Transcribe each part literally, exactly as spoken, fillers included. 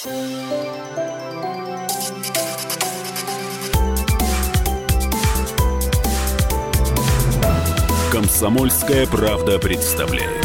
«Комсомольская правда» представляет.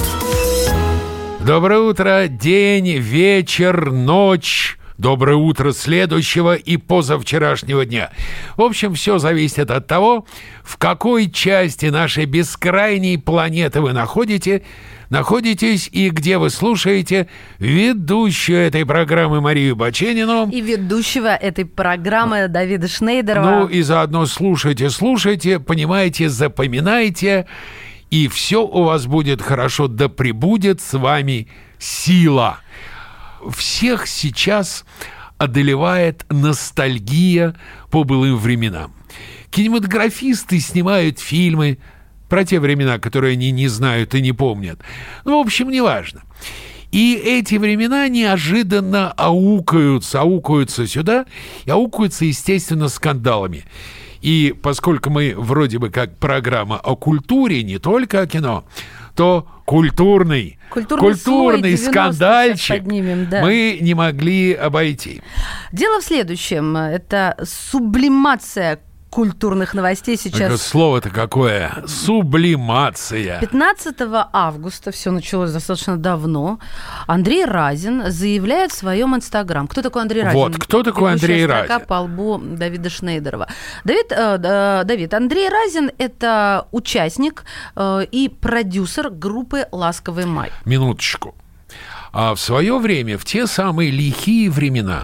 Доброе утро, день, вечер, ночь. Доброе утро следующего и позавчерашнего дня. В общем, все зависит от того, в какой части нашей бескрайней планеты вы находите, находитесь и где вы слушаете ведущую этой программы Марию Баченину. И ведущего этой программы Давида Шнейдерова. Ну и заодно слушайте, слушайте, понимаете, запоминайте, и все у вас будет хорошо, да пребудет с вами сила. Всех сейчас одолевает ностальгия по былым временам. Кинематографисты снимают фильмы про те времена, которые они не знают и не помнят. Ну, в общем, неважно. И эти времена неожиданно аукаются, аукаются сюда, и аукаются, естественно, скандалами. И поскольку мы вроде бы как программа о культуре, не только о кино, то культурный, культурный, культурный скандальчик поднимем, да. мы не могли обойти. Дело в следующем. Это сублимация культурных новостей сейчас. Это слово-то какое? Сублимация. пятнадцатого августа, все началось достаточно давно, Андрей Разин заявляет в своем Инстаграм. Кто такой Андрей Разин? Вот, кто такой Андрей Разин? По лбу Давида Шнейдерова. Давид, э, Давид, Андрей Разин – это участник э, и продюсер группы «Ласковый май». Минуточку. А в свое время, в те самые лихие времена,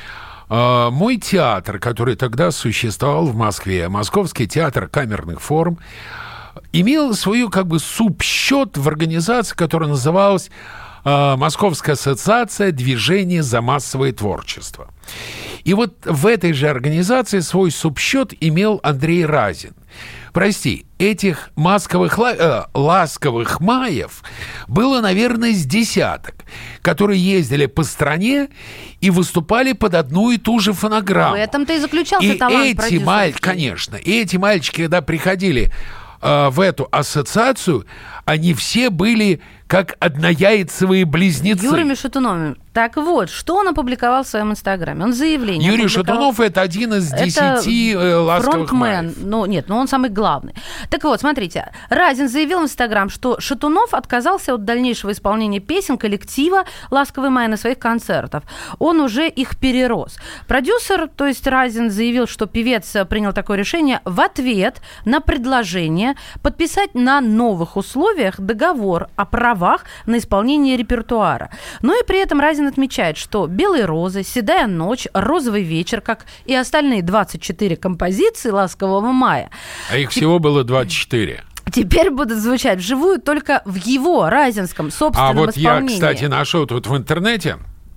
мой театр, который тогда существовал в Москве, Московский театр камерных форм, имел свою как бы субсчет в организации, которая называлась Московская ассоциация движения за массовое творчество. И вот в этой же организации свой субсчет имел Андрей Разин. Прости, этих масковых, э, ласковых маев было, наверное, с десяток, которые ездили по стране и выступали под одну и ту же фонограмму. В этом-то и заключался и талант эти продюсерский. маль... Конечно, и эти мальчики, когда приходили э, в эту ассоциацию, они все были как однояйцевые близнецы. Юрий Шатунов. Так вот, что он опубликовал в своем Инстаграме? Он заявление Юрий опубликовал... Шатунов – это один из десяти это ласковых фронтмен. маев. Ну, нет, но он самый главный. Так вот, смотрите. Разин заявил в Инстаграм, что Шатунов отказался от дальнейшего исполнения песен коллектива «Ласковый май» на своих концертах. Он уже их перерос. Продюсер, то есть Разин, заявил, что певец принял такое решение в ответ на предложение подписать на новых условиях договор о правах на исполнение репертуара. Но и при этом Разин отмечает, что «Белые розы», «Седая ночь», «Розовый вечер», как и остальные двадцать четыре композиции «Ласкового мая». А их всего было двадцать четыре. Теперь будут звучать вживую только в его, разинском, собственном а вот исполнении. Я, кстати, нашел тут в интернете,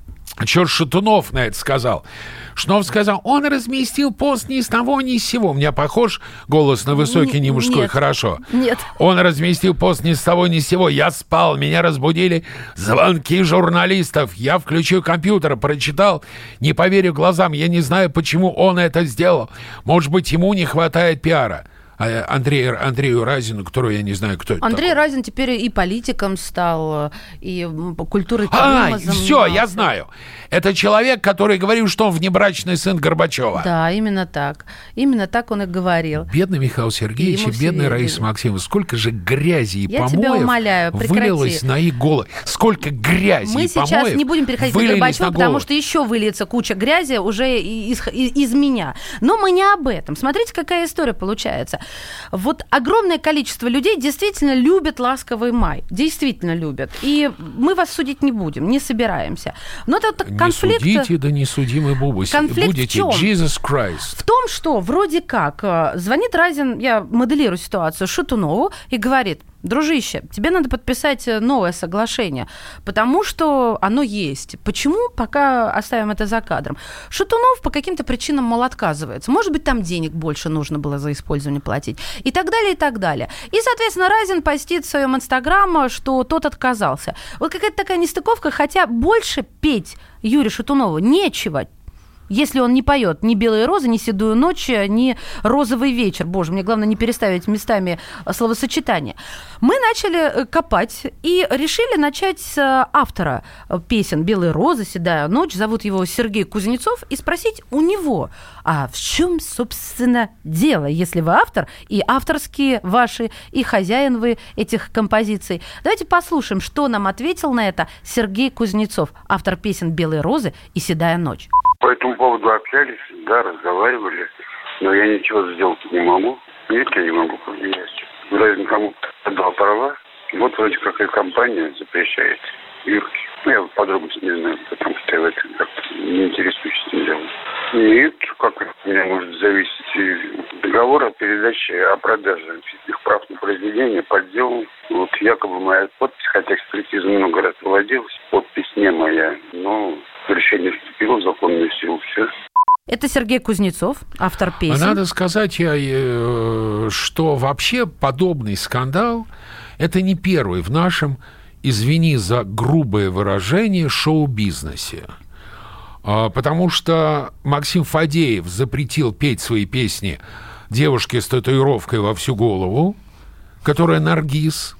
что Шатунов на это сказал. Шатунов сказал, он разместил пост ни с того, ни с сего. У меня похож голос на высокий, не мужской, нет, хорошо. Нет. Он разместил пост ни с того, ни с сего. Я спал, меня разбудили звонки журналистов. Я включил компьютер, прочитал, не поверю глазам. Я не знаю, почему он это сделал. Может быть, ему не хватает пиара. А Андрей, Андрею Разину, которого я не знаю, кто это Андрей такой. Разин теперь и политиком стал, и культурой А, фильма занимался. все, я знаю. Это человек, который говорил, что он внебрачный сын Горбачева. Да, именно так. Именно так он и говорил. Бедный Михаил Сергеевич и бедная Раиса Максимовна. Сколько же грязи и я помоев тебя умоляю, вылилось на их головы. Сколько грязи Мы и помоев сейчас не будем переходить на Горбачева, на потому что еще выльется куча грязи уже из, из, из меня. Но мы не об этом. Смотрите, какая история получается. Вот огромное количество людей действительно любят «Ласковый май». Действительно любят. И мы вас судить не будем, не собираемся. Но это конфликт... Не судите, да не судимы бубы. Конфликт будете в чем? Jesus Christ. В том, что вроде как звонит Разин, я моделирую ситуацию, Шатунову и говорит: дружище, тебе надо подписать новое соглашение, потому что оно есть. Почему? Пока оставим это за кадром. Шатунов по каким-то причинам, мол, отказывается. Может быть, там денег больше нужно было за использование платить. И так далее, и так далее. И, соответственно, Разин постит в своем Инстаграме, что тот отказался. Вот какая-то такая нестыковка, хотя больше петь Юрию Шатунову нечего. если он не поет ни «Белые розы», ни «Седую ночь», ни «Розовый вечер». Боже, мне главное не переставить местами словосочетание. Мы начали копать и решили начать с автора песен «Белые розы», «Седая ночь». Зовут его Сергей Кузнецов. И спросить у него, а в чем, собственно, дело, если вы автор, и авторские ваши, и хозяин вы этих композиций. Давайте послушаем, что нам ответил на это Сергей Кузнецов, автор песен «Белые розы» и «Седая ночь». По этому поводу общались, да, разговаривали, но я ничего сделать не могу. Нет, я не могу повлиять. Вроде никому отдал права, вот вроде какая компания запрещает юрки. Ну, я подробности не знаю, потому что я в этом как-то не интересуюсь этим делом. Нет, как это у меня может зависеть договор о передаче, о продаже их прав на произведение подделан. Вот якобы моя подпись, хотя экспертиза много раз проводилась, подпись не моя, но решение вступило в законную силу, все. Это Сергей Кузнецов, автор песен. Надо сказать, что вообще подобный скандал – это не первый в нашем, извини за грубое выражение, шоу-бизнесе. Потому что Максим Фадеев запретил петь свои песни девушке с татуировкой во всю голову, которая Наргиз,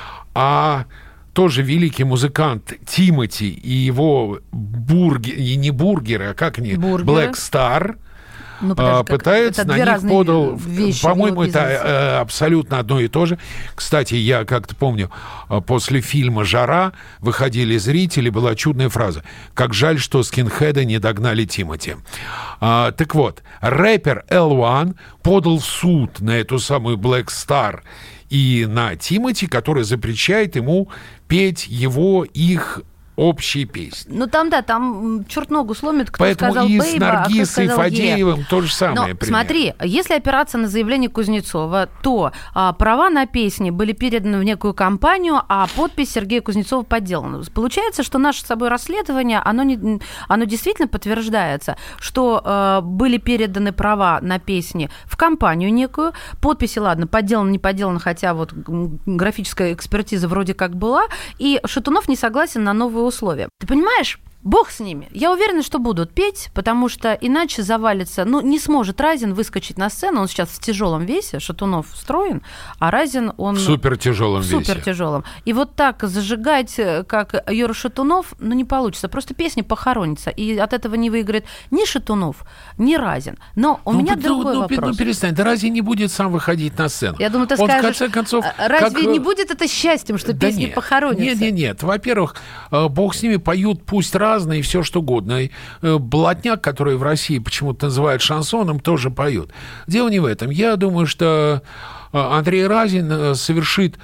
а тоже великий музыкант Тимати и его бургеры, и не бургеры, а как они, Black Star, ну, подожди, пытаются, на них подал, вещи, по-моему, это э, абсолютно одно и то же. Кстати, я как-то помню, после фильма «Жара» выходили зрители, была чудная фраза: «Как жаль, что скинхеды не догнали Тимати». А, так вот, рэпер эл один подал в суд на эту самую Black Star и на Тимати, который запрещает ему петь его, их общие песни. Ну там, да, там черт ногу сломит, кто Поэтому сказал и Бейба, с Наргиз, а и Фадеевым то же самое. Но пример. Смотри, если опираться на заявление Кузнецова, то а, права на песни были переданы в некую компанию, а подпись Сергея Кузнецова подделана. Получается, что наше с собой расследование, оно, не, оно действительно подтверждается, что а, были переданы права на песни в компанию некую, подписи, ладно, подделано, не подделано, хотя вот графическая экспертиза вроде как была, и Шатунов не согласен на новую условия. Ты понимаешь? Бог с ними. Я уверена, что будут петь, потому что иначе завалится... Ну, не сможет Разин выскочить на сцену. Он сейчас в тяжелом весе, Шатунов встроен, а Разин, он... В супертяжелом весе. Супертяжелом. И вот так зажигать, как Юра Шатунов, ну, не получится. Просто песня похоронится. И от этого не выиграет ни Шатунов, ни Разин. Но у ну, меня ну, другой ну, вопрос. Ну, перестань. Да Разин не будет сам выходить на сцену. Я думаю, ты он, скажешь, в конце концов, разве как... не будет это счастьем, что да песни нет, похоронятся? Нет, нет, нет. Во-первых, бог с ними, поют пусть разные, и все что угодно. И блатняк, который в России почему-то называют шансоном, тоже поют. Дело не в этом. Я думаю, что Андрей Разин совершит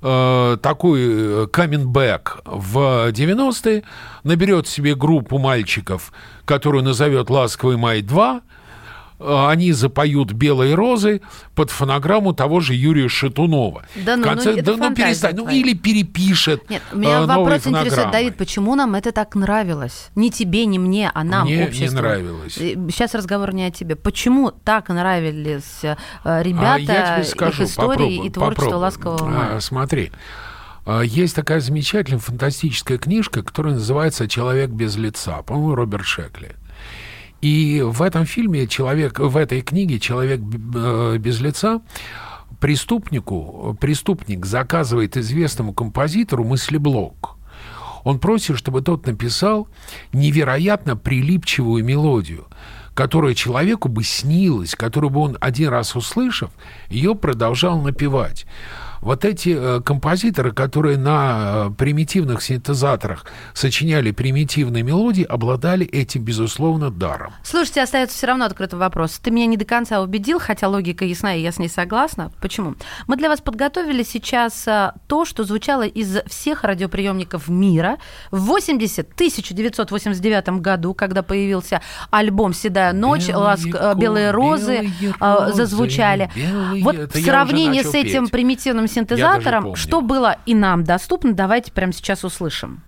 такой каминбэк в девяностые, наберет себе группу мальчиков, которую назовет «Ласковый май два», они запоют «Белые розы» под фонограмму того же Юрия Шатунова. Да ну, конце, ну, да, ну перестань, ну или перепишет. Нет, меня э, вопрос интересует, Давид, почему нам это так нравилось? Не тебе, не мне, а нам, мне обществу. Не нравилось. Сейчас разговор не о тебе. Почему так нравились ребята, а я тебе скажу, их истории попробуй, и творчество попробуй. «Ласкового мая»? А, смотри, есть такая замечательная фантастическая книжка, которая называется «Человек без лица», по-моему, Роберт Шекли. И в этом фильме человек, в этой книге «Человек без лица» преступнику, преступник заказывает известному композитору мыслеблок. Он просит, чтобы тот написал невероятно прилипчивую мелодию, которая человеку бы снилась, которую бы он один раз услышав, ее продолжал напевать. Вот эти э, композиторы, которые на э, примитивных синтезаторах сочиняли примитивные мелодии, обладали этим, безусловно, даром. Слушайте, остается все равно открытый вопрос. Ты меня не до конца убедил, хотя логика ясна, и я с ней согласна. Почему? Мы для вас подготовили сейчас э, то, что звучало из всех радиоприемников мира в восемьдесят, тысяча девятьсот восемьдесят девятом году, когда появился альбом «Седая ночь», белые, ласк... ко... «Белые розы», белые розы зазвучали. Белые... Вот Это в сравнении с этим петь. примитивным синтезатором, что было и нам доступно, давайте прямо сейчас услышим.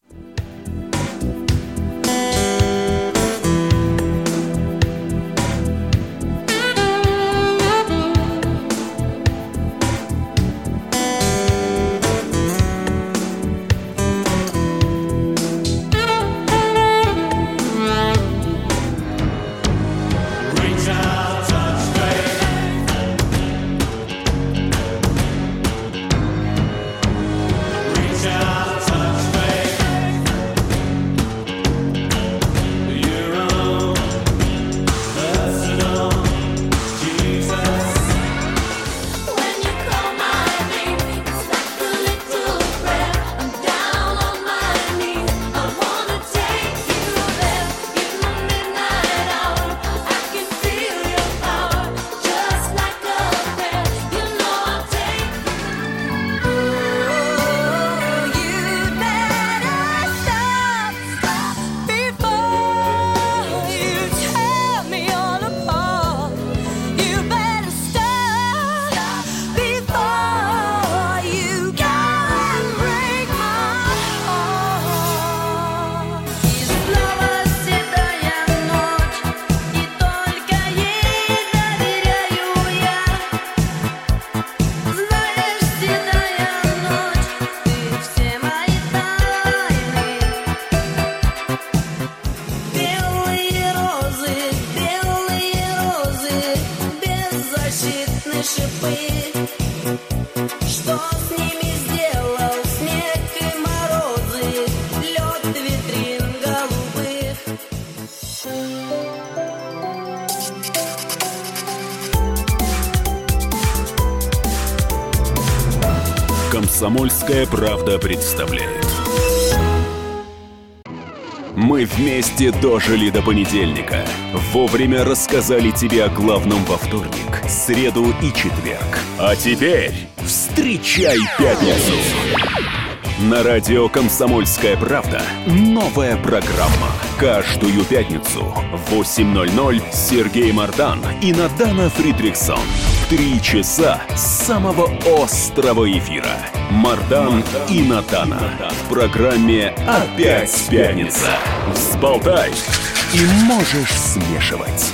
эти шипы. Что с ними сделал снег и морозы, лед витрин голубых? «Комсомольская правда» представляет. Мы вместе дожили до понедельника. Вовремя рассказали тебе о главном во вторник, среду и четверг. А теперь встречай пятницу! На радио «Комсомольская правда» новая программа. Каждую пятницу в восемь ноль ноль Сергей Мардан и Надана Фридрихсон. Три часа самого острого эфира. Мардан и Надана. В программе «Опять пятница». Взболтай и можешь смешивать.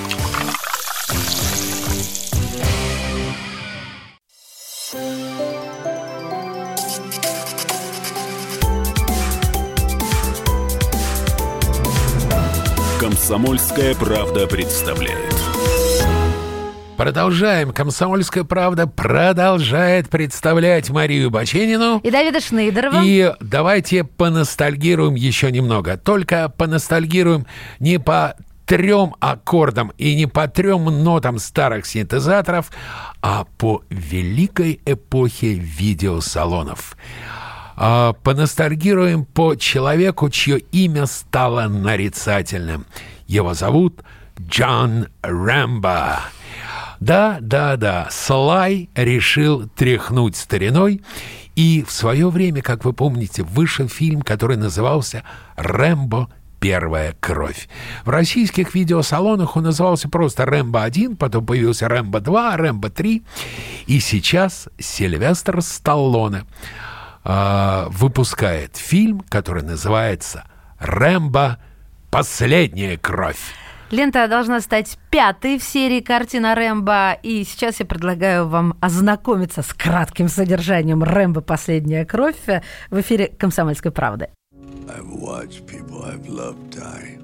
«Комсомольская правда» представляет. Продолжаем. «Комсомольская правда» продолжает представлять Марию Баченину и Давида Шнейдерова. И давайте поностальгируем еще немного. Только поностальгируем не по трем аккордам и не по трем нотам старых синтезаторов, а по великой эпохе видеосалонов. Поностальгируем по человеку, чье имя стало нарицательным. Его зовут Джон Рэмбо. Да, да, да, Слай решил тряхнуть стариной, и в свое время, как вы помните, вышел фильм, который назывался «Рэмбо. Первая кровь». В российских видеосалонах он назывался просто «Рэмбо один», потом появился «Рэмбо два», «Рэмбо три», и сейчас Сильвестр Сталлоне э, выпускает фильм, который называется «Рэмбо. Последняя кровь». Лента должна стать пятой в серии картин о Рэмбо, и сейчас я предлагаю вам ознакомиться с кратким содержанием «Рэмбо. Последняя кровь» в эфире «Комсомольской правды». I've watched people I've loved die.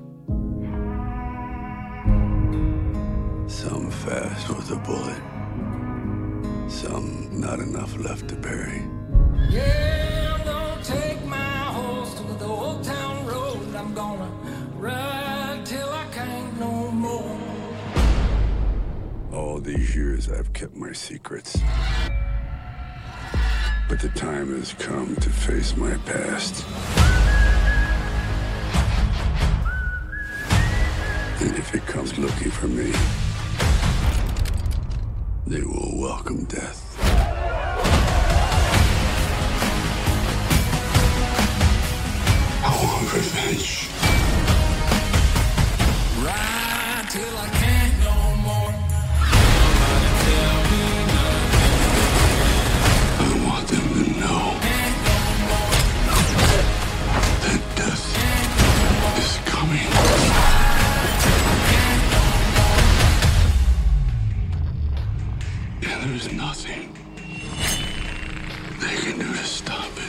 Some fast with a bullet, some not enough left to bury. Yeah, I'm gonna take my horse to the old town road. I'm gonna ride till I can't no more. All these years I've kept my secrets. But the time has come to face my past. And if it comes looking for me, they will welcome death. I want revenge. Ride till I can't no more. Nobody tell me nothing. I want them to know that death is coming. And there's nothing they can do to stop it.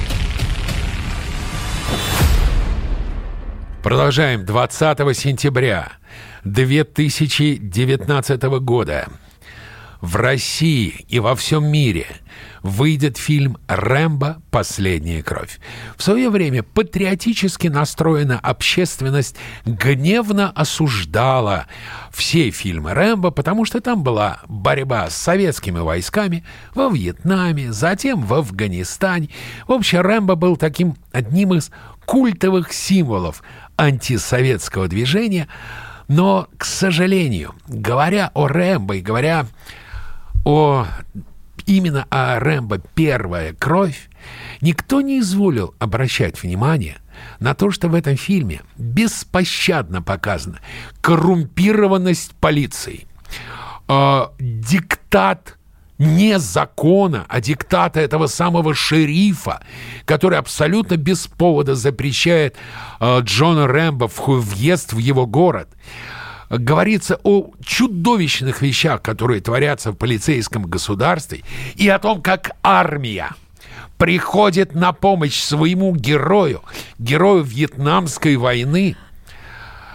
Продолжаем. двадцатого сентября две тысячи девятнадцатого года в России и во всем мире выйдет фильм «Рэмбо. Последняя кровь». В свое время патриотически настроенная общественность гневно осуждала все фильмы Рэмбо, потому что там была борьба с советскими войсками во Вьетнаме, затем в Афганистане. В общем, Рэмбо был таким одним из культовых символов антисоветского движения. Но, к сожалению, говоря о Рэмбо и говоря о именно о Рэмбо «Первая кровь», никто не изволил обращать внимание на то, что в этом фильме беспощадно показана коррумпированность полиции, э, диктат не закона, а диктата этого самого шерифа, который абсолютно без повода запрещает э, Джону Рэмбо въезд в его город. Говорится о чудовищных вещах, которые творятся в полицейском государстве, и о том, как армия приходит на помощь своему герою, герою Вьетнамской войны,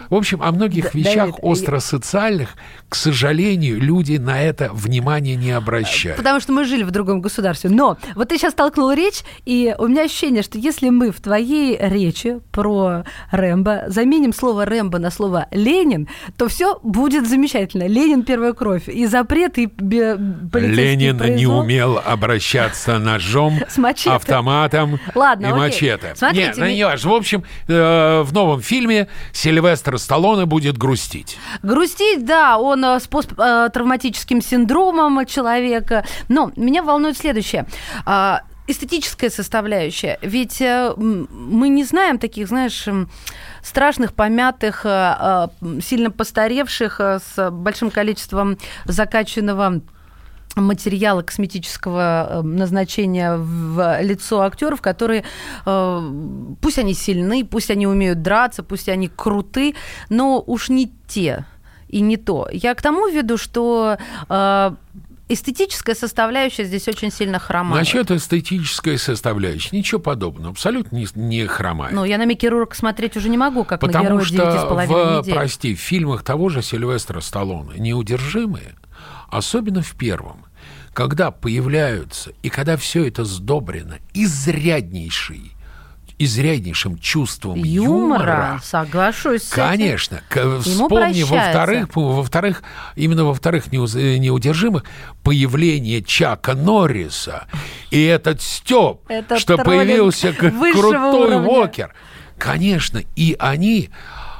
В общем, о многих Да, вещах Давид, остросоциальных, к сожалению, люди на это внимание не обращают. Потому что мы жили в другом государстве. Но вот ты сейчас толкнул речь, и у меня ощущение, что если мы в твоей речи про Рэмбо заменим слово Рэмбо на слово Ленин, то все будет замечательно. Ленин — первая кровь. И запрет, и бе- полицейский Ленин произвол. не умел обращаться ножом, С мачете. автоматом Ладно, и окей. мачете. Смотрите, Нет, ну, ми- не важно. В общем, э, в новом фильме Сильвестр Сталлоне будет грустить. Грустить, да, он э, с посттравматическим синдромом человека. Но меня волнует следующее. А, эстетическая составляющая. Ведь э, м, мы не знаем таких, знаешь, м, страшных, помятых, э, э, сильно постаревших, э, с большим количеством закачанного материала косметического э, назначения в лицо актеров, которые, э, пусть они сильны, пусть они умеют драться, пусть они круты, но уж не те и не то. Я к тому веду, что э, эстетическая составляющая здесь очень сильно хромает. Насчет эстетической составляющей ничего подобного. Абсолютно не, не хромает. Ну, я на Микки Рурка смотреть уже не могу, как на Потому героя девяти с что половиной в, недель. прости, в фильмах того же Сильвестра Сталлоне «Неудержимые», особенно в первом, когда появляются, и когда все это сдобрено изряднейшей, изряднейшим чувством юмора, Юмора, соглашусь с этим. конечно, к- вспомни, прощается. во-вторых, во-вторых, именно во-вторых неуз- неудержимых появление Чака Норриса и этот Стёб, Этот что троллинг появился к- высшего крутой уровня. Уокер. Конечно, и они...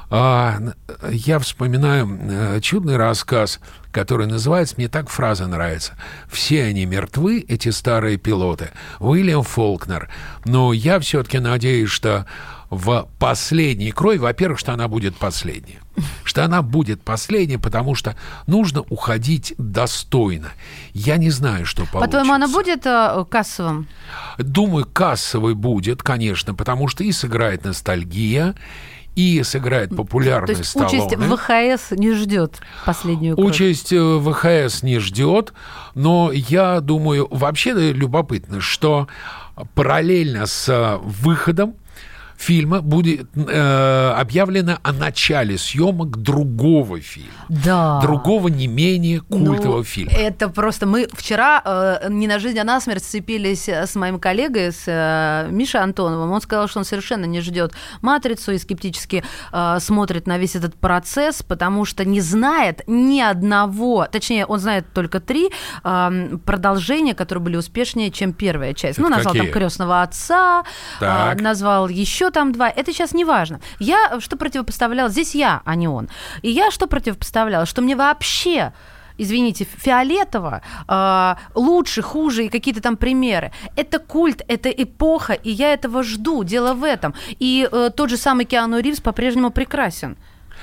а, я вспоминаю э, чудный рассказ, который называется, мне так фраза нравится, «Все они мертвы, эти старые пилоты», Уильям Фолкнер. Но я все-таки надеюсь, что в последней крови, во-первых, что она будет последняя. Что она будет последняя, потому что нужно уходить достойно. Я не знаю, что получится. По-твоему, она будет э, кассовым? Думаю, кассовый будет, конечно, потому что и сыграет ностальгия, и сыграет популярный То есть Сталлоне. участь ВХС не ждет последнюю кровь? Участь э, ВХС не ждет, но я думаю, вообще любопытно, что параллельно с э, выходом фильма будет э, объявлено о начале съемок другого фильма. Да. Другого не менее культового Ну, фильма. Это просто... Мы вчера э, не на жизнь, а на смерть сцепились с моим коллегой, с э, Мишей Антоновым. Он сказал, что он совершенно не ждет «Матрицу» и скептически э, смотрит на весь этот процесс, потому что не знает ни одного... Точнее, он знает только три э, продолжения, которые были успешнее, чем первая часть. Это ну, назвал какие? там «Крестного отца», Так. э, назвал еще там два. Это сейчас не важно. Я что противопоставляла? Здесь я, а не он. И я что противопоставляла? Что мне вообще, извините, фиолетово, э, лучше, хуже и какие-то там примеры. Это культ, это эпоха, и я этого жду. Дело в этом. И э, тот же самый Киану Ривз по-прежнему прекрасен.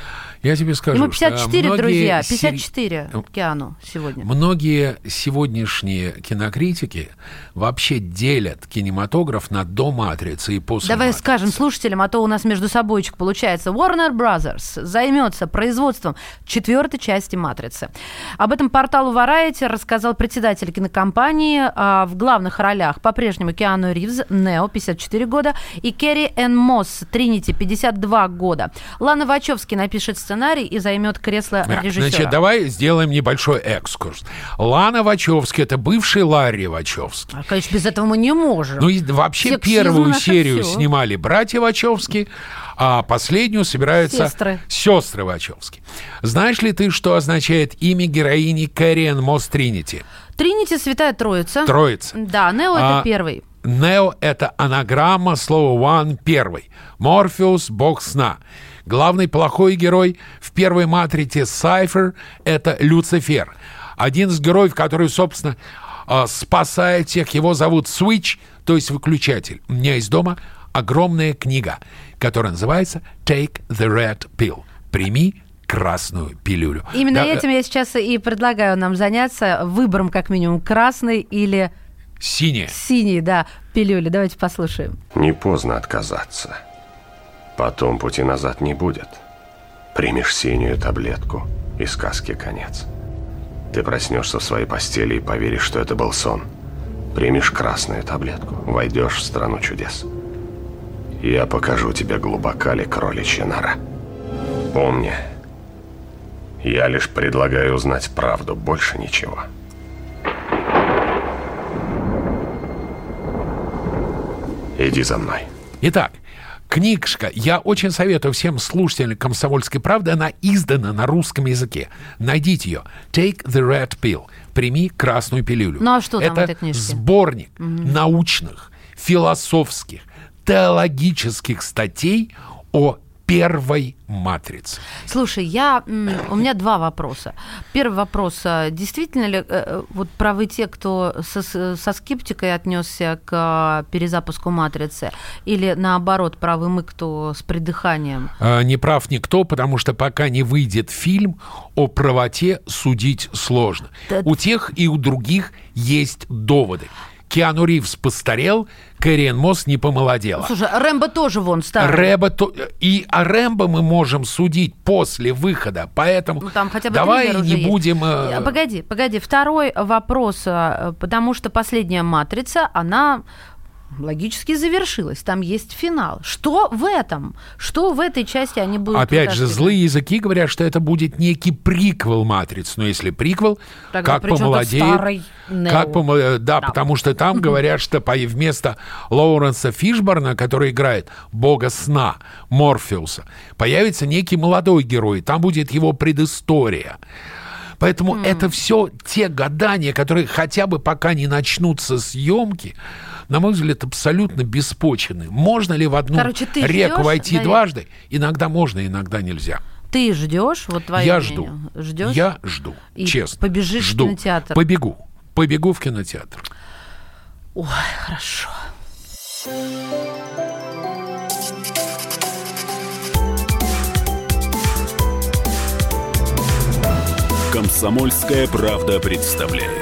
Я тебе скажу, Ему пятьдесят четыре, что многие друзья, сери- пятьдесят четыре Киану сегодня. Многие сегодняшние кинокритики вообще делят кинематограф на до «Матрицы» и после Давай «Матрицы». скажем слушателям, а то у нас между собойчик получается. Warner Brothers займется производством четвертой части «Матрицы». Об этом порталу Variety рассказал председатель кинокомпании. А в главных ролях по-прежнему Киану Ривз, Нео, пятьдесят четыре года, и Керри Энн Мосс, Тринити, пятьдесят два года. Лана Вачовски напишет сценарий и займет кресло режиссера. Значит, давай сделаем небольшой экскурс. Лана Вачовски — это бывший Ларри Вачовски. А, конечно, без этого мы не можем. Ну и вообще Сексизм первую наше серию всё. снимали братья Вачовски, а последнюю собираются Сестры. сестры Вачовски. Знаешь ли ты, что означает имя героини Керри Энн Мосс Тринити? Тринити — Святая Троица. Троица. Да, Нео — А, это первый. Нео — это анаграмма слова «one» — первый. Морфеус — бог сна. Главный плохой герой в первой «Матрице» Сайфер — это Люцифер. Один из героев, который, собственно, э, спасает всех, его зовут Switch, то есть выключатель. У меня есть дома огромная книга, которая называется «Take the Red Pill». Прими красную пилюлю. Именно Да, этим я сейчас и предлагаю нам заняться, выбором как минимум красной или Синяя. синей, да, пилюли. Давайте послушаем. Не поздно отказаться. Потом пути назад не будет. Примешь синюю таблетку, и сказке конец. Ты проснешься в своей постели и поверишь, что это был сон. Примешь красную таблетку, войдешь в страну чудес. Я покажу тебе, глубока ли кроличья нора. Помни, я лишь предлагаю узнать правду, больше ничего. Иди за мной. Итак, книжка. Я очень советую всем слушателям «Комсомольской правды». Она издана на русском языке. Найдите ее. «Take the red pill». Прими красную пилюлю. Ну а что там Это в этой книжке? Сборник угу. научных, философских, теологических статей о первой матрице. Слушай, я, у меня два вопроса. Первый вопрос. Действительно ли вот правы те, кто со, со скептикой отнесся к перезапуску матрицы, или наоборот, правы мы, кто с придыханием? Не прав никто, потому что пока не выйдет фильм, о правоте судить сложно. Да. У тех и у других есть доводы. Киану Ривз постарел, Кэрриэн Мосс не помолодела. Слушай, Рэмбо тоже вон старый. Рэмбо то... И о Рэмбо мы можем судить после выхода, поэтому ну, там хотя бы давай не есть. будем... Погоди, погоди. Второй вопрос, потому что последняя «Матрица», она... логически завершилась. Там есть финал. Что в этом? Что в этой части они будут... Опять же, злые языки говорят, что это будет некий приквел «Матриц». Но если приквел, тогда как помолодеет... Как помолодеет... Да, да, потому что там говорят, что вместо Лоуренса Фишборна, который играет бога сна, Морфеуса, появится некий молодой герой. Там будет его предыстория. Поэтому mm. это все те гадания, которые хотя бы пока не начнутся съемки, на мой взгляд, абсолютно беспочвенны. Можно ли в одну Короче, реку ждёшь, войти Давид? Дважды? Иногда можно, иногда нельзя. Ты ждешь? Вот твое Я мнение. жду. Ждёшь? Я жду, и честно. Побежишь жду. в кинотеатр? Побегу. Побегу в кинотеатр. Ой, хорошо. «Комсомольская правда» представляет.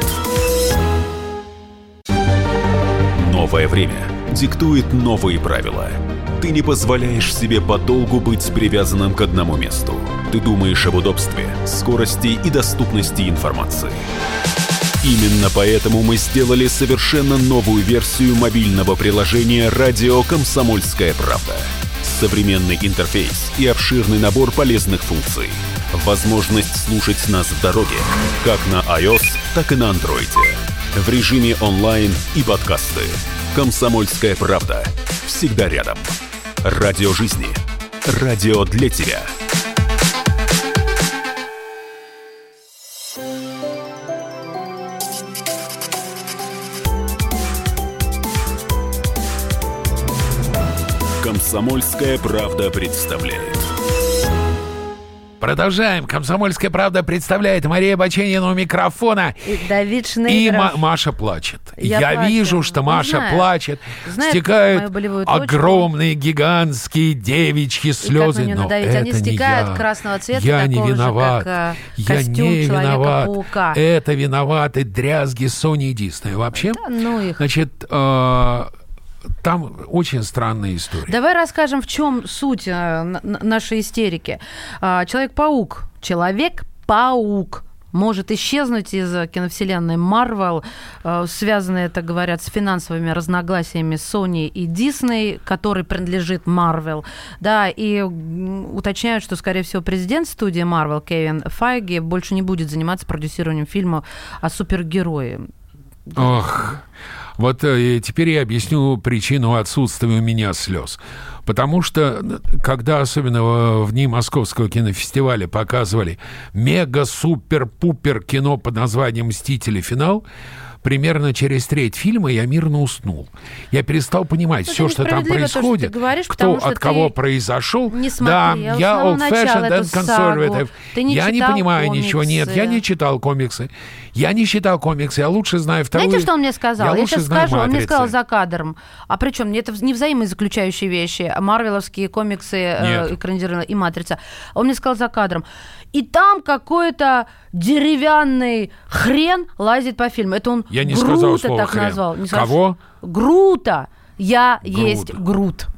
Новое время диктует новые правила. Ты не позволяешь себе подолгу быть привязанным к одному месту. Ты думаешь об удобстве, скорости и доступности информации. Именно поэтому мы сделали совершенно новую версию мобильного приложения «Радио Комсомольская правда». Современный интерфейс и обширный набор полезных функций. Возможность слушать нас в дороге, как на iOS, так и на Android. В режиме онлайн и подкасты. «Комсомольская правда». Всегда рядом. Радио жизни. Радио для тебя. «Комсомольская правда» представляет. Продолжаем. «Комсомольская правда» представляет Мария Баченина у микрофона. И Давид Шнейдеров. И Ма- Маша плачет. Я, Я вижу, что Маша знаю. плачет. Знает стекают огромные, гигантские девичьи слезы. И как но надавить? это Они не стекают я. красного цвета, я не такого виноват. же, как я костюм не виноват. Человека-паука. Это виноваты дрязги Сони и Дисней. Вообще, да, ну их. значит... Э- Там очень странная история. Давай расскажем, в чем суть нашей истерики. Человек-паук. Человек-паук может исчезнуть из киновселенной Марвел, связано, это говорят, с финансовыми разногласиями Sony и Disney, который принадлежит Марвел. Да, и уточняют, что, скорее всего, президент студии Марвел Кевин Файги больше не будет заниматься продюсированием фильма о супергерое. Ох... Вот э, теперь я объясню причину отсутствия у меня слез. Потому что, когда особенно в дни Московского кинофестиваля показывали мега-супер-пупер кино под названием «Мстители. Финал», примерно через треть фильма я мирно уснул. Я перестал понимать все, что там происходит, то, что говоришь, кто от что кого произошел. Не да, смотрел, я old-fashioned and conservative. Не я не понимаю комиксы. ничего. Нет, я не читал комиксы. Я не читал комиксы, я лучше знаю вторую... Знаете, что он мне сказал? Я, я сейчас скажу, «Матрицы». Он мне сказал за кадром. А при чем? Это не взаимоизаключающие вещи. Марвеловские комиксы э, экранизированные и «Матрица». Он мне сказал за кадром. И там какой-то деревянный хрен лазит по фильму. Это он Я не Грута сказал слово так хрен. назвал. Не Кого? Грута. Я Грута. есть Грут.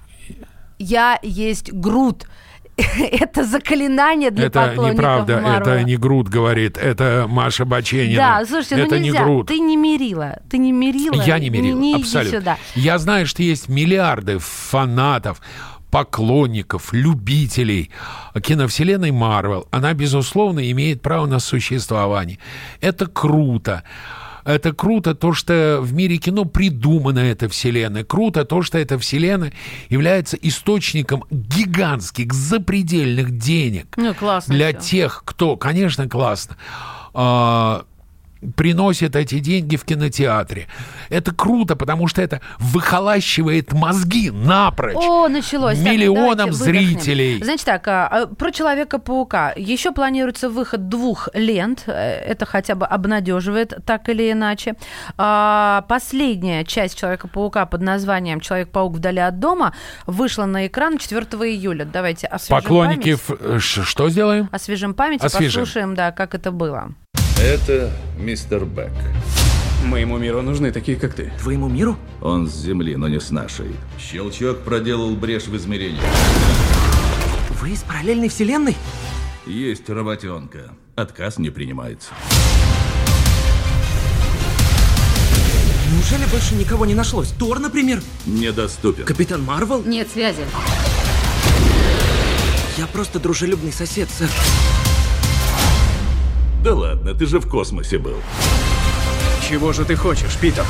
Я есть Грут. Это заклинание для это поклонников неправда, Марвела. Это не Грут говорит, это Маша Баченина. Да, слушайте, это ну нельзя. Не Грут. Ты не мерила. Ты не мерила. Я не мерил, не, не абсолютно. Иди сюда. Я знаю, что есть миллиарды фанатов, поклонников, любителей киновселенной Марвел, она, безусловно, имеет право на существование. Это круто. Это круто, то, что в мире кино придумана эта вселенная. Круто то, что эта вселенная является источником гигантских, запредельных денег. Ну, классно для всё. тех, кто, конечно, классно, а, приносит эти деньги в кинотеатре. Это круто, потому что это выхолащивает мозги напрочь. О, началось. Так, миллионам давайте выдохнем. зрителей. Значит так, а, про Человека-паука. Еще планируется выход двух лент. Это хотя бы обнадеживает так или иначе. А, последняя часть Человека-паука под названием «Человек-паук вдали от дома» вышла на экран четвёртого июля. Давайте освежим Поклонники, память. ф- ш- что сделаем? Освежим память Освежим. и послушаем, да, как это было. Это мистер Бек. Моему миру нужны такие, как ты. Твоему миру? Он с Земли, но не с нашей. Щелчок проделал брешь в измерении. Вы из параллельной вселенной? Есть работенка. Отказ не принимается. Неужели больше никого не нашлось? Тор, например? Недоступен. Капитан Марвел? Нет связи. Я просто дружелюбный сосед, сэр. Да ладно, ты же в космосе был. Чего же ты хочешь, Питер?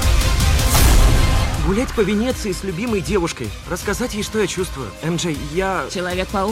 Гулять по Венеции с любимой девушкой. Рассказать ей, что я чувствую. эм джей, я... Человек-паук?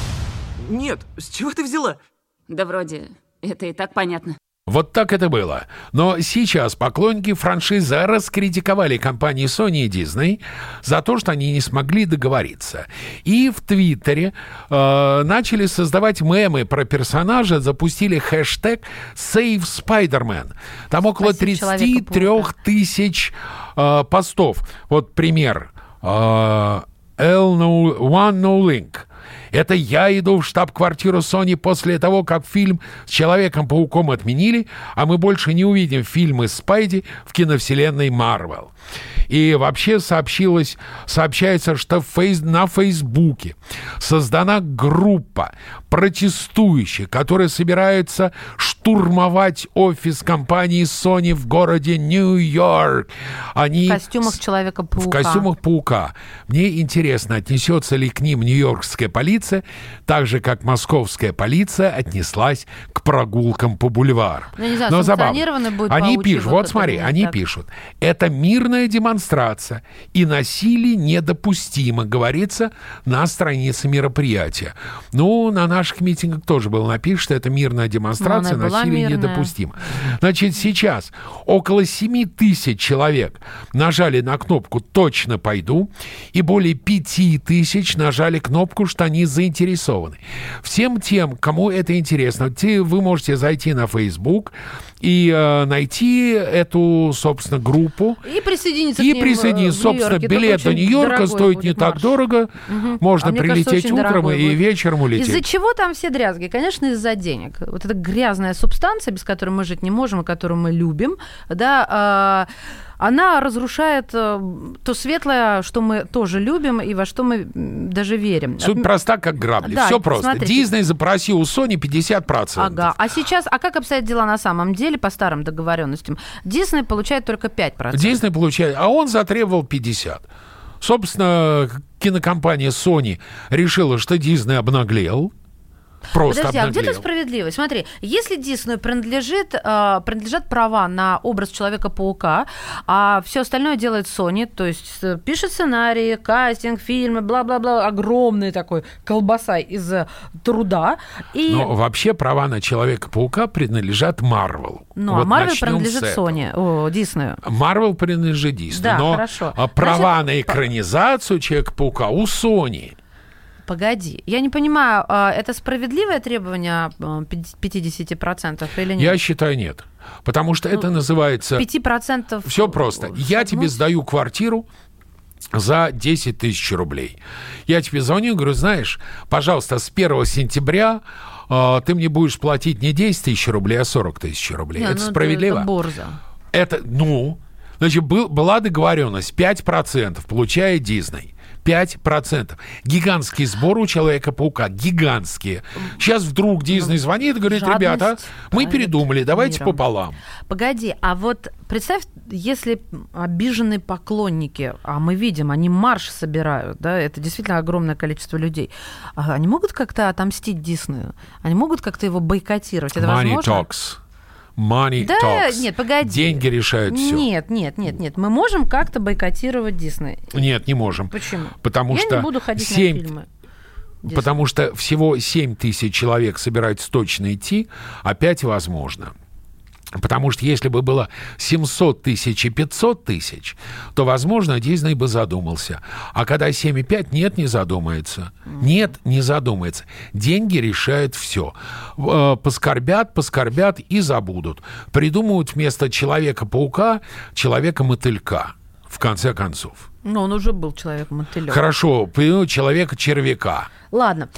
Нет, с чего ты взяла? Да вроде, это и так понятно. Вот так это было. Но сейчас поклонники франшизы раскритиковали компании Sony и Disney за то, что они не смогли договориться. И в Твиттере э, начали создавать мемы про персонажа, запустили хэштег Save Spider-Man. Там около тридцать три тысяч э, постов. Вот пример. Э, L no, One No Link. Это я иду в штаб-квартиру Sony после того, как фильм с Человеком-пауком отменили, а мы больше не увидим фильмы Спайди в киновселенной Марвел. И вообще сообщилось, сообщается, что фейс, на Фейсбуке создана группа протестующих, которые собираются штурмовать офис компании Sony в городе Нью-Йорк. Они В костюмах Человека-паука. В костюмах паука. Мне интересно, отнесется ли к ним нью-йоркская полиция, так же, как московская полиция отнеслась к прогулкам по бульвару. Ну, не знаю, Но забавно. санкционированы будет Они паучий пишут, выход вот смотри, или нет, они так. пишут, это мирная демонстрация, и насилие недопустимо, говорится на странице мероприятия. Ну, на наших митингах тоже было написано, что это мирная демонстрация, Ну, она была насилие мирная. недопустимо. Значит, сейчас около семи тысяч человек нажали на кнопку «Точно пойду», и более пяти тысяч нажали кнопку, что они заинтересованы. Всем тем, кому это интересно, те, вы можете зайти на Facebook и э, найти эту, собственно, группу. И присоединиться И к ним присоединиться. в Собственно, Нью-Йорке. билет Только до очень Нью-Йорка дорогой стоит будет не так марш. дорого. Мгм. Можно А мне кажется, прилететь очень утром дорогой и будет. вечером улететь. Из-за чего там все дрязги? Конечно, из-за денег. Вот эта грязная субстанция, без которой мы жить не можем, и которую мы любим, да, э, она разрушает э, то светлое, что мы тоже любим и во что мы м, даже верим. Суть проста, как грабли. Да, Все просто. смотрите. Дисней запросил у Sony пятьдесят процентов. Ага. А сейчас, а как обстоят дела на самом деле по старым договоренностям? Дисней получает только пять процентов. Дисней получает, а он затребовал пятьдесят. Собственно, кинокомпания Sony решила, что Дисней обнаглел. Просто Подожди, а где обнаглел. тут справедливость? Смотри, если Диснею принадлежит, э, принадлежат права на образ Человека-паука, а все остальное делает Sony, то есть э, пишет сценарии, кастинг, фильмы, бла-бла-бла, огромный такой колбаса из э, труда. И... Но вообще права на Человека-паука принадлежат Марвел. Ну, Вот а Марвел начнем принадлежит с этого. Sony, о, Диснею. Марвел принадлежит Дисней. Да, но хорошо. а, права Значит, на экранизацию Человека-паука у Sony. Погоди, я не понимаю, а это справедливое требование а, пятьдесят процентов или нет? Я считаю, нет. Потому что это называется... пять процентов... Все просто. Я тебе сдаю квартиру за десять тысяч рублей. Я тебе звоню и говорю, знаешь, пожалуйста, с первого сентября э, ты мне будешь платить не десять тысяч рублей, а сорок тысяч рублей. Не, это ну, справедливо? Это борзо. Это, ну, значит, был, была договоренность пять процентов получает Дисней. пять процентов. Гигантский сбор у Человека-паука. Гигантские. Сейчас вдруг Дисней звонит и говорит: Жадность ребята, мы передумали, давайте миром. пополам. Погоди, а вот представь, если обиженные поклонники, а мы видим, они марш собирают, да, это действительно огромное количество людей, а они могут как-то отомстить Диснею? Они могут как-то его бойкотировать? Это Money возможно? talks. Money Да, talks. нет, погоди. Деньги решают все. Нет, нет, нет, нет. Мы можем как-то бойкотировать Дисней? Нет, не можем. Почему? Потому Я что не буду ходить семь... на фильмы. Дисней. Потому что всего семь тысяч человек собираются точно идти, опять возможно. Потому что если бы было семьсот тысяч и пятьсот тысяч, то, возможно, Дисней бы задумался. А когда семь и пять, нет, не задумается. Нет, не задумается. Деньги решают все. Поскорбят, поскорбят и забудут. Придумают вместо Человека-паука Человека-мотылька, в конце концов. Ну, он уже был Человек-мотылёк. Хорошо, Человека-червяка. Ладно.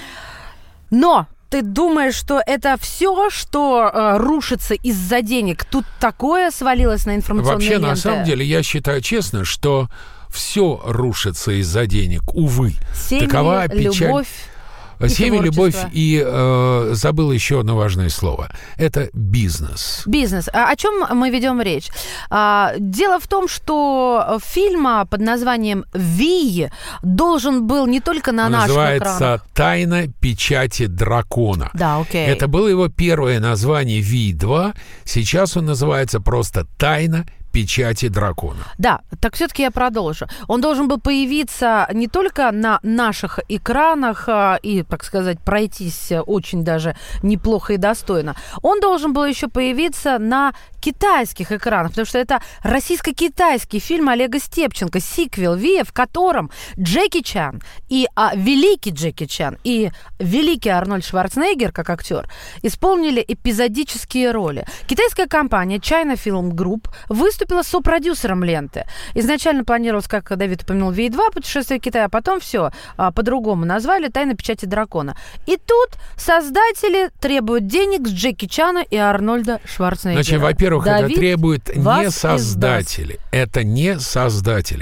Но... Ты думаешь, что это все, что э, рушится из-за денег? Тут такое свалилось на информационные Вообще, ленты? на самом деле, я считаю честно, что все рушится из-за денег, увы. Семьи, Такова печаль. любовь. И Семьи, любовь творчество. и э, забыл еще одно важное слово. Это бизнес. Бизнес. А о чем мы ведем речь? А, дело в том, что фильм под названием «Ви» должен был не только на наших экранах. Называется «Тайна печати дракона». Да, окей. Это было его первое название «Ви два». Сейчас он называется просто «Тайна печати дракона». Да, так все-таки я продолжу. Он должен был появиться не только на наших экранах а, и, так сказать, пройтись очень даже неплохо и достойно. Он должен был еще появиться на китайских экранах, потому что это российско-китайский фильм Олега Степченко, сиквел «Ви», в котором Джеки Чан и а, великий Джеки Чан и великий Арнольд Шварценеггер, как актер, исполнили эпизодические роли. Китайская компания China Film Group выступила сопродюсером ленты. Изначально планировалось, как Давид упомянул, «Ви два», «Путешествие в Китай», а потом все а, по-другому назвали «Тайна печати дракона». И тут создатели требуют денег с Джеки Чана и Арнольда Шварценеггера. Значит, во-первых, Давид, это требует вас не создатели. издаст. Это не создатели.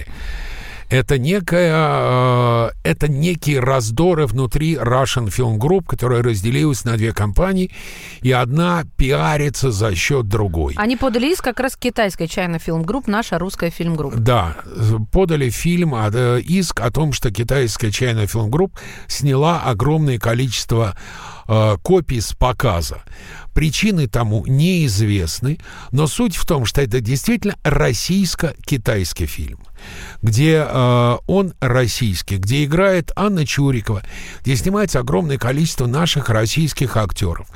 Это некая, э, это некие раздоры внутри Russian Film Group, которая разделилась на две компании, и одна пиарится за счет другой. Они подали иск как раз китайской China Film Group, наша русская фильм-группа. Да, подали фильм, э, иск о том, что китайская China Film Group сняла огромное количество э, копий с показа. Причины тому неизвестны, но суть в том, что это действительно российско-китайский фильм, где э, он российский, где играет Анна Чурикова, где снимается огромное количество наших российских актеров.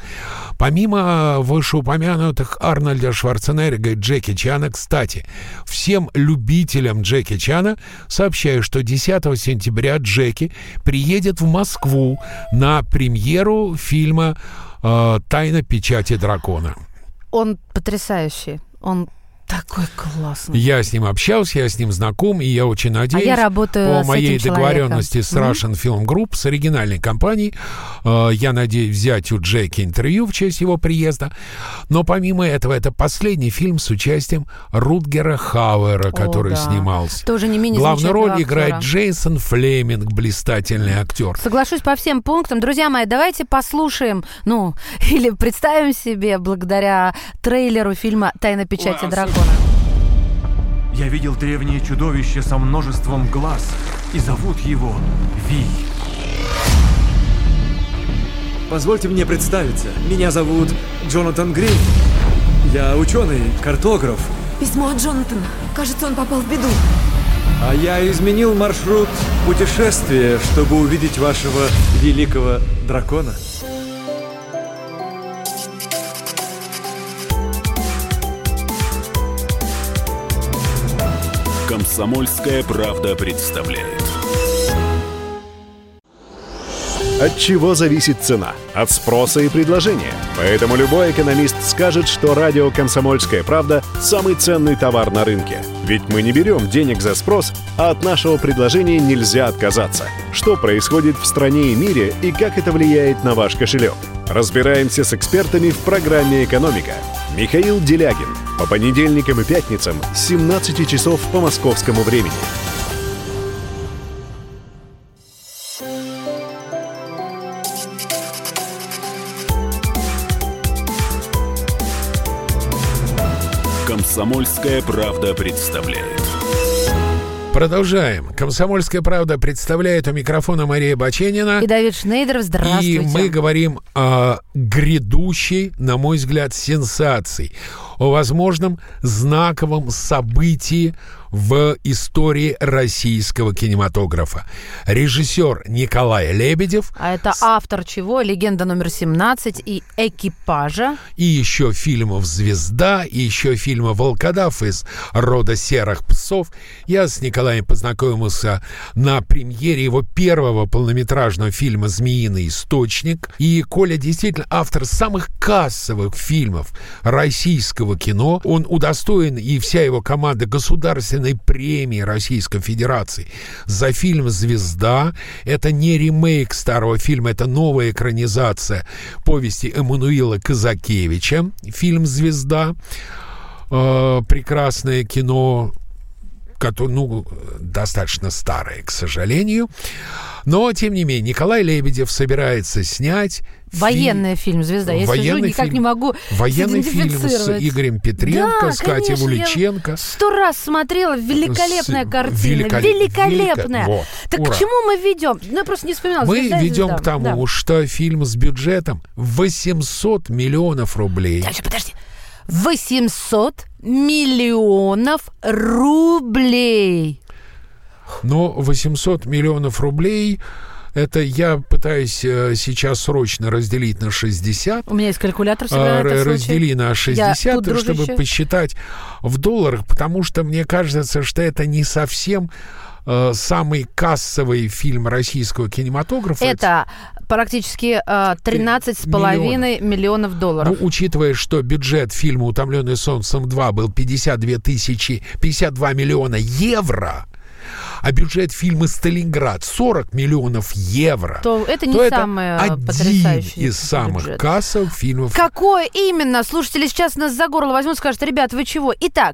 Помимо вышеупомянутых Арнольда Шварценеггера и Джеки Чана, кстати, всем любителям Джеки Чана сообщаю, что десятого сентября Джеки приедет в Москву на премьеру фильма «Тайна печати дракона». Он потрясающий. Он такой классный. Я с ним общался, я с ним знаком, и я очень надеюсь, а я работаю по с моей этим договоренности с Russian Film Group, с оригинальной компанией, э, я надеюсь взять у Джеки интервью в честь его приезда. Но помимо этого, это последний фильм с участием Рутгера Хауэра, который О, да. снимался. Тоже не менее Главную роль замечательного играет актера. Джейсон Флеминг, блистательный актер. Соглашусь по всем пунктам. Друзья мои, давайте послушаем, ну, или представим себе, благодаря трейлеру фильма «Тайна печати дракона». Я видел древнее чудовище со множеством глаз, и зовут его Ви. Позвольте мне представиться. Меня зовут Джонатан Грин. Я ученый, картограф. Письмо от Джонатана. Кажется, он попал в беду. А я изменил маршрут путешествия, чтобы увидеть вашего великого дракона. «Комсомольская правда» представляет. От чего зависит цена? От спроса и предложения. Поэтому любой экономист скажет, что радио «Комсомольская правда» – самый ценный товар на рынке. Ведь мы не берем денег за спрос, а от нашего предложения нельзя отказаться. Что происходит в стране и мире и как это влияет на ваш кошелек? Разбираемся с экспертами в программе «Экономика». Михаил Делягин. По понедельникам и пятницам с семнадцати часов по московскому времени. «Комсомольская правда» представляет. Продолжаем. «Комсомольская правда» представляет у микрофона Мария Баченина. И Давид Шнейдеров. Здравствуйте. И мы говорим о грядущей, на мой взгляд, сенсации. О возможном знаковом событии в истории российского кинематографа. Режиссер Николай Лебедев. А это автор чего? «Легенда номер семнадцать» и «Экипажа». И еще фильмов «Звезда», и еще фильма «Волкодав» из рода серых псов. Я с Николаем познакомился на премьере его первого полнометражного фильма «Змеиный источник». И Коля действительно автор самых кассовых фильмов российского кино. Он удостоен, и вся его команда, государственной премии Российской Федерации за фильм «Звезда». Это не ремейк старого фильма, это новая экранизация повести Эммануила Казакевича. Фильм «Звезда». Э, прекрасное кино, которое, ну, достаточно старое, к сожалению. Но, тем не менее, Николай Лебедев собирается снять военный фи... фильм «Звезда». Я сижу, никак фильм, не могу военный фильм с Игорем Петренко, да, с Катей конечно, Вуличенко. Сто раз смотрела. Великолепная с... картина. Великолеп... Великолепная. Велик... Вот. Так Ура. К чему мы ведем? Ну, я просто не вспоминала. Мы «Звезда» ведем «Звезда». к тому, да. что фильм с бюджетом восемьсот миллионов рублей. Дальше, подожди. восемьсот миллионов рублей. Но восемьсот миллионов рублей, это я пытаюсь э, сейчас срочно разделить на шестьдесят. У меня есть калькулятор всегда на этот Раздели случай. на шестьдесят, тут, чтобы посчитать в долларах, потому что мне кажется, что это не совсем э, самый кассовый фильм российского кинематографа. Это практически э, тринадцать с половиной миллионов долларов. Ну, учитывая, что бюджет фильма «Утомленный солнцем два» был пятьдесят две тысячи, пятьдесят два миллиона евро, а бюджет фильма «Сталинград» сорок миллионов евро, то это не то самый это потрясающий один из самых бюджет. кассовых фильмов. Какое именно? Слушатели сейчас нас за горло возьмут и скажут: ребят, вы чего? Итак,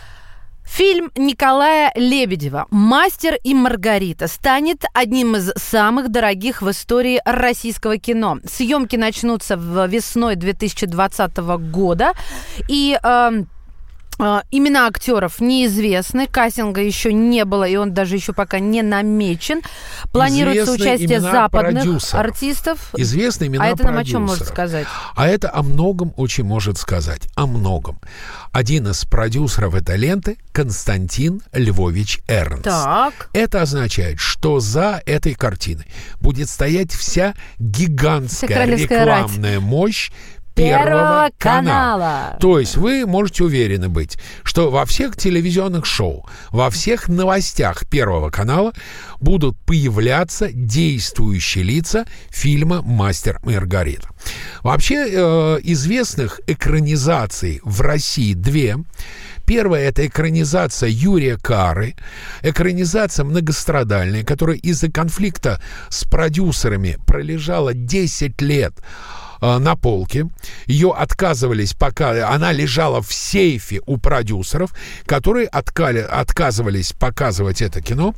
фильм Николая Лебедева «Мастер и Маргарита» станет одним из самых дорогих в истории российского кино. Съемки начнутся весной две тысячи двадцатого года. И... Э, имена актеров неизвестны, кастинга еще не было, и он даже еще пока не намечен. Планируется Известны участие западных продюсеров. артистов. Известны имена А это продюсеров. нам о чем может сказать? А это о многом очень может сказать. О многом. Один из продюсеров этой ленты — Константин Львович Эрнст. Так. Это означает, что за этой картиной будет стоять вся гигантская рекламная рать. мощь Первого, Первого канала. канала. То есть вы можете уверены быть, что во всех телевизионных шоу, во всех новостях Первого канала будут появляться действующие лица фильма «Мастер и Маргарита». Вообще э, известных экранизаций в России две. Первая — это экранизация Юрия Кары, экранизация многострадальная, которая из-за конфликта с продюсерами пролежала десять лет на полке. Ее отказывались, пока она лежала в сейфе у продюсеров, которые откали, отказывались показывать это кино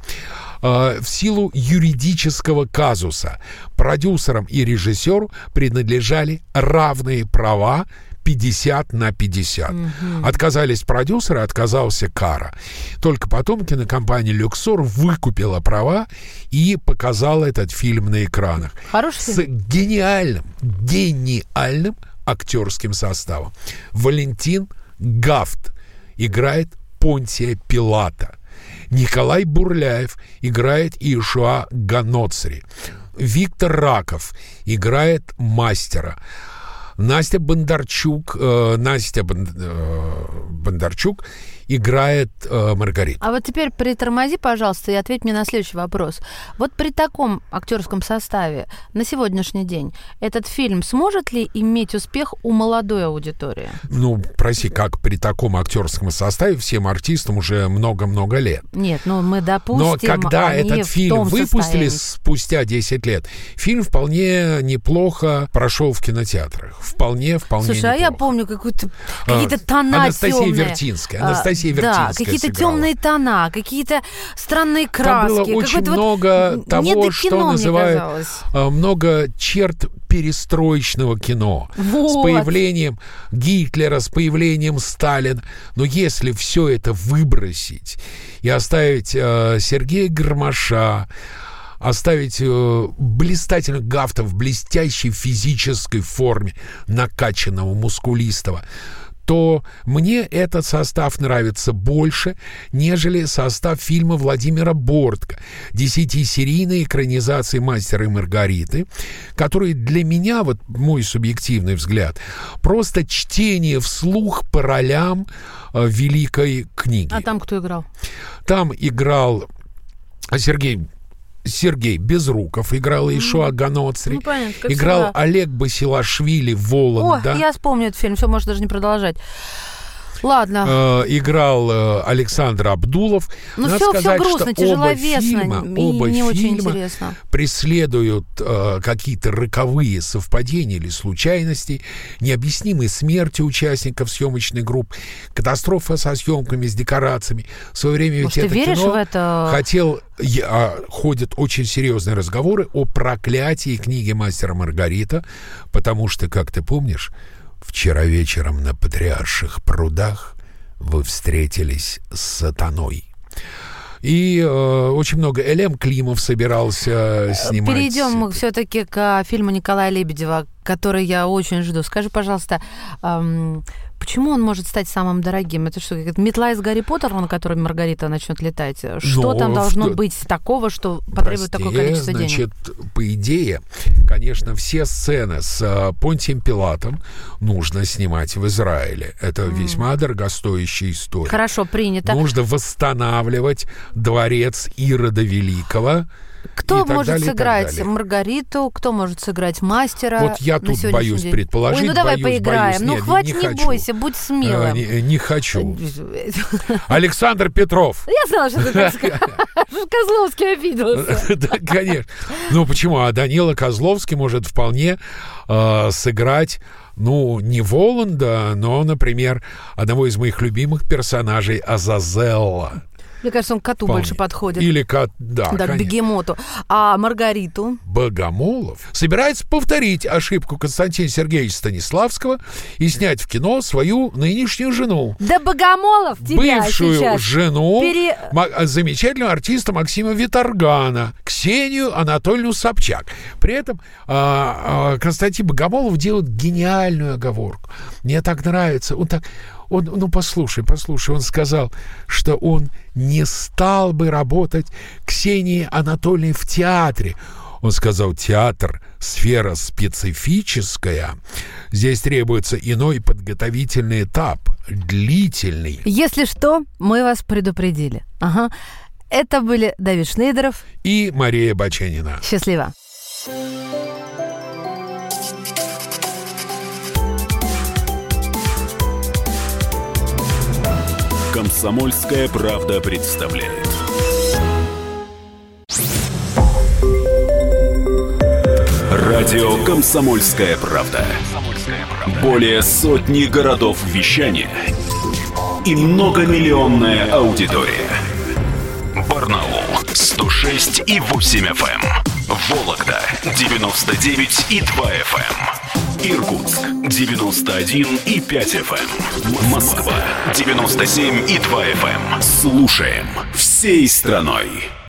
э, в силу юридического казуса. Продюсерам и режиссеру принадлежали равные права пятьдесят на пятьдесят. Mm-hmm. Отказались продюсеры, отказался Кара. Только потом кинокомпания «Люксор» выкупила права и показала этот фильм на экранах. Хороший с фильм. гениальным, гениальным актерским составом. Валентин Гафт играет Понтия Пилата. Николай Бурляев играет Иешуа Ганоцри. Виктор Раков играет мастера. Настя Бондарчук, э, Настя Бон, э, Бондарчук играет э, Маргариту. А вот теперь притормози, пожалуйста, и ответь мне на следующий вопрос. Вот при таком актерском составе на сегодняшний день этот фильм сможет ли иметь успех у молодой аудитории? Ну, прости, как при таком актерском составе всем артистам уже много-много лет. Нет, ну мы допустим, но когда они этот фильм выпустили состоянии. спустя десять лет, фильм вполне неплохо прошел в кинотеатрах. Вполне, вполне Слушай, неплохо. а я помню какую-то, какие-то тона Анастасия темные. Вертинская. Анастасия Анастасия Вертинская Да, какие-то сыграла. темные тона, какие-то странные краски. Там было очень какое-то много вот того, не до что кино, мне называют казалось. а, много черт перестроечного кино. Вот. С появлением Гитлера, с появлением Сталина. Но если все это выбросить и оставить а, Сергея Гармаша, оставить э, блистательных гафтов в блестящей физической форме, накачанного, мускулистого, то мне этот состав нравится больше, нежели состав фильма Владимира Бортко, десятисерийной экранизации «Мастера и Маргариты», который для меня, вот мой субъективный взгляд, просто чтение вслух по ролям э, великой книги. А там кто играл? Там играл Сергей Сергей Безруков, играл mm-hmm. Ишуа Ганоцри, ну, понятно, как играл всегда. Олег Басилашвили, Воланда. О, я вспомню этот фильм, все, можно даже не продолжать. Ладно. Э, играл э, Александр Абдулов. Ну Надо все, сказать, все грустно, что тяжеловесно, оба фильма, и оба не очень фильма интересно. преследуют э, какие-то роковые совпадения или случайности, необъяснимые смерти участников съемочной группы, катастрофа со съемками, с декорациями. В свое время ведь Может, ты это веришь кино в это? хотел... Я, а, ходят очень серьезные разговоры о проклятии книги «Мастера Маргарита», потому что, как ты помнишь, вчера вечером на Патриарших прудах вы встретились с сатаной. И э, очень много Элем Климов собирался снимать. Перейдем все-таки к фильму Николая Лебедева, который я очень жду. Скажи, пожалуйста, эм, почему он может стать самым дорогим? Это что, как метла из Гарри Поттера, на которой Маргарита начнет летать? Что Но там должно в... быть такого, что потребует Прости, такое количество значит, денег? По идее, конечно, все сцены с uh, Понтием Пилатом нужно снимать в Израиле. Это mm. весьма дорогостоящая история. Хорошо, принято. Нужно восстанавливать дворец Ирода Великого. Кто может далее, сыграть Маргариту, кто может сыграть мастера? Вот я тут боюсь день? предположить. Ой, ну давай боюсь, поиграем. Боюсь. Ну Нет, хватит, не, не, не бойся, будь смелым. А, не, не хочу. Александр Петров. Я знала, что ты так скажешь. Козловский обиделся. Да, конечно. Ну почему? А Данила Козловский может вполне сыграть, ну, не Воланда, но, например, одного из моих любимых персонажей Азазелла. Мне кажется, он к коту Вполне. больше подходит. Или кот, да, Да, конечно. к бегемоту. А Маргариту? Богомолов собирается повторить ошибку Константина Сергеевича Станиславского и снять в кино свою нынешнюю жену. Да Богомолов тебя Бывшую сейчас жену пере... ма- замечательного артиста Максима Виторгана, Ксению Анатольевну Собчак. При этом а, а, Константин Богомолов делает гениальную оговорку. Мне так нравится. Он так... Он, ну, послушай, послушай, он сказал, что он не стал бы работать Ксении Анатольевной в театре. Он сказал, театр – сфера специфическая. Здесь требуется иной подготовительный этап, длительный. Если что, мы вас предупредили. Ага. Это были Давид Шнейдеров и Мария Баченина. Счастливо. «Комсомольская правда» представляет. Радио «Комсомольская правда». Более сотни городов вещания и многомиллионная аудитория. Барнаул сто шесть и восемь эф эм, Вологда девяносто девять и два эф эм, Иркутск девяносто один и пять эф эм, Москва девяносто семь и два эф эм. Слушаем всей страной.